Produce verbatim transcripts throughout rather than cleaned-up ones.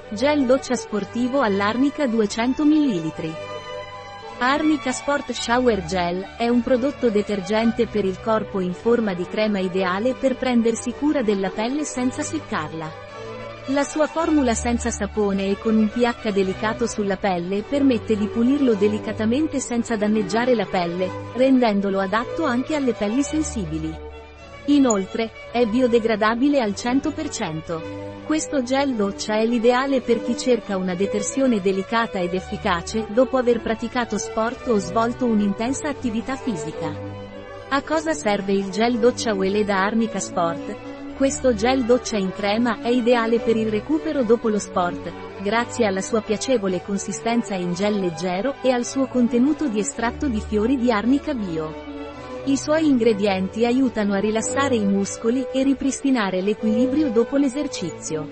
Gel doccia sportivo all'arnica duecento millilitri. Arnica Sport Shower Gel è un prodotto detergente per il corpo in forma di crema ideale per prendersi cura della pelle senza seccarla. La sua formula senza sapone e con un pH delicato sulla pelle permette di pulirlo delicatamente senza danneggiare la pelle, rendendolo adatto anche alle pelli sensibili. Inoltre, è biodegradabile al cento per cento. Questo gel doccia è l'ideale per chi cerca una detersione delicata ed efficace dopo aver praticato sport o svolto un'intensa attività fisica. A cosa serve il gel doccia Weleda Arnica Sport? Questo gel doccia in crema è ideale per il recupero dopo lo sport, grazie alla sua piacevole consistenza in gel leggero e al suo contenuto di estratto di fiori di arnica bio. I suoi ingredienti aiutano a rilassare i muscoli e ripristinare l'equilibrio dopo l'esercizio.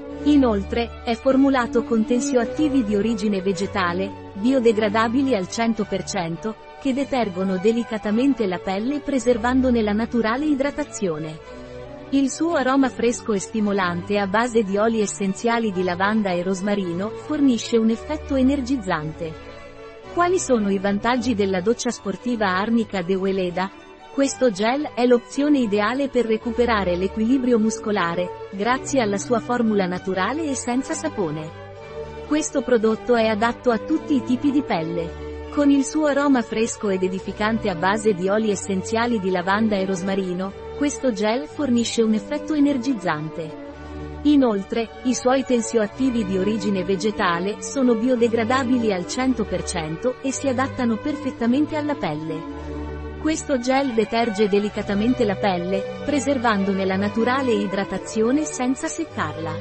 Inoltre, è formulato con tensioattivi di origine vegetale, biodegradabili al cento per cento, che detergono delicatamente la pelle preservandone la naturale idratazione. Il suo aroma fresco e stimolante a base di oli essenziali di lavanda e rosmarino fornisce un effetto energizzante. Quali sono i vantaggi della doccia sportiva arnica de Weleda? Questo gel è l'opzione ideale per recuperare l'equilibrio muscolare, grazie alla sua formula naturale e senza sapone. Questo prodotto è adatto a tutti i tipi di pelle. Con il suo aroma fresco ed edificante a base di oli essenziali di lavanda e rosmarino, questo gel fornisce un effetto energizzante. Inoltre, i suoi tensioattivi di origine vegetale sono biodegradabili al cento per cento e si adattano perfettamente alla pelle. Questo gel deterge delicatamente la pelle, preservandone la naturale idratazione senza seccarla.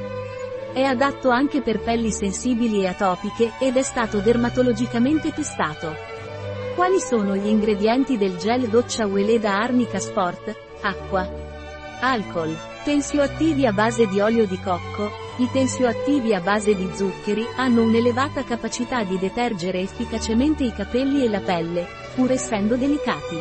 È adatto anche per pelli sensibili e atopiche ed è stato dermatologicamente testato. Quali sono gli ingredienti del gel doccia Weleda Arnica Sport? Acqua. Alcol. Tensioattivi a base di olio di cocco. I tensioattivi a base di zuccheri hanno un'elevata capacità di detergere efficacemente i capelli e la pelle, pur essendo delicati.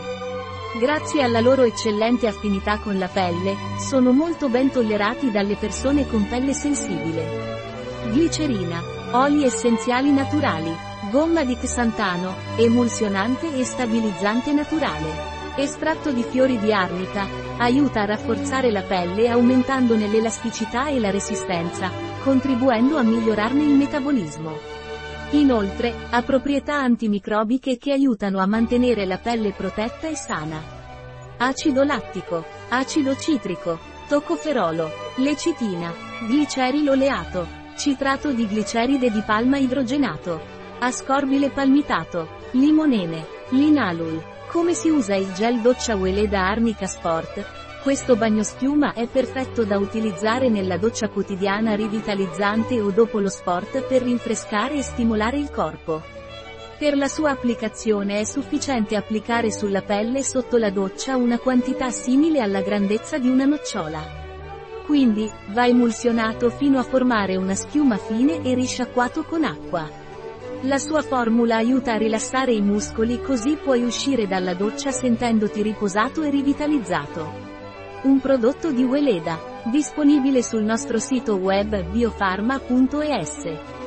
Grazie alla loro eccellente affinità con la pelle, sono molto ben tollerati dalle persone con pelle sensibile. Glicerina. Oli essenziali naturali. Gomma di xantano, emulsionante e stabilizzante naturale. Estratto di fiori di arnica, aiuta a rafforzare la pelle aumentandone l'elasticità e la resistenza, contribuendo a migliorarne il metabolismo. Inoltre, ha proprietà antimicrobiche che aiutano a mantenere la pelle protetta e sana. Acido lattico, acido citrico, toccoferolo, lecitina, glicerilo oleato, citrato di gliceride di palma idrogenato, ascorbile palmitato, limonene, linalol. Come si usa il gel doccia Weleda Arnica Sport? Questo bagnoschiuma è perfetto da utilizzare nella doccia quotidiana rivitalizzante o dopo lo sport per rinfrescare e stimolare il corpo. Per la sua applicazione è sufficiente applicare sulla pelle sotto la doccia una quantità simile alla grandezza di una nocciola. Quindi, va emulsionato fino a formare una schiuma fine e risciacquato con acqua. La sua formula aiuta a rilassare i muscoli così puoi uscire dalla doccia sentendoti riposato e rivitalizzato. Un prodotto di Weleda, disponibile sul nostro sito web biofarma punto es.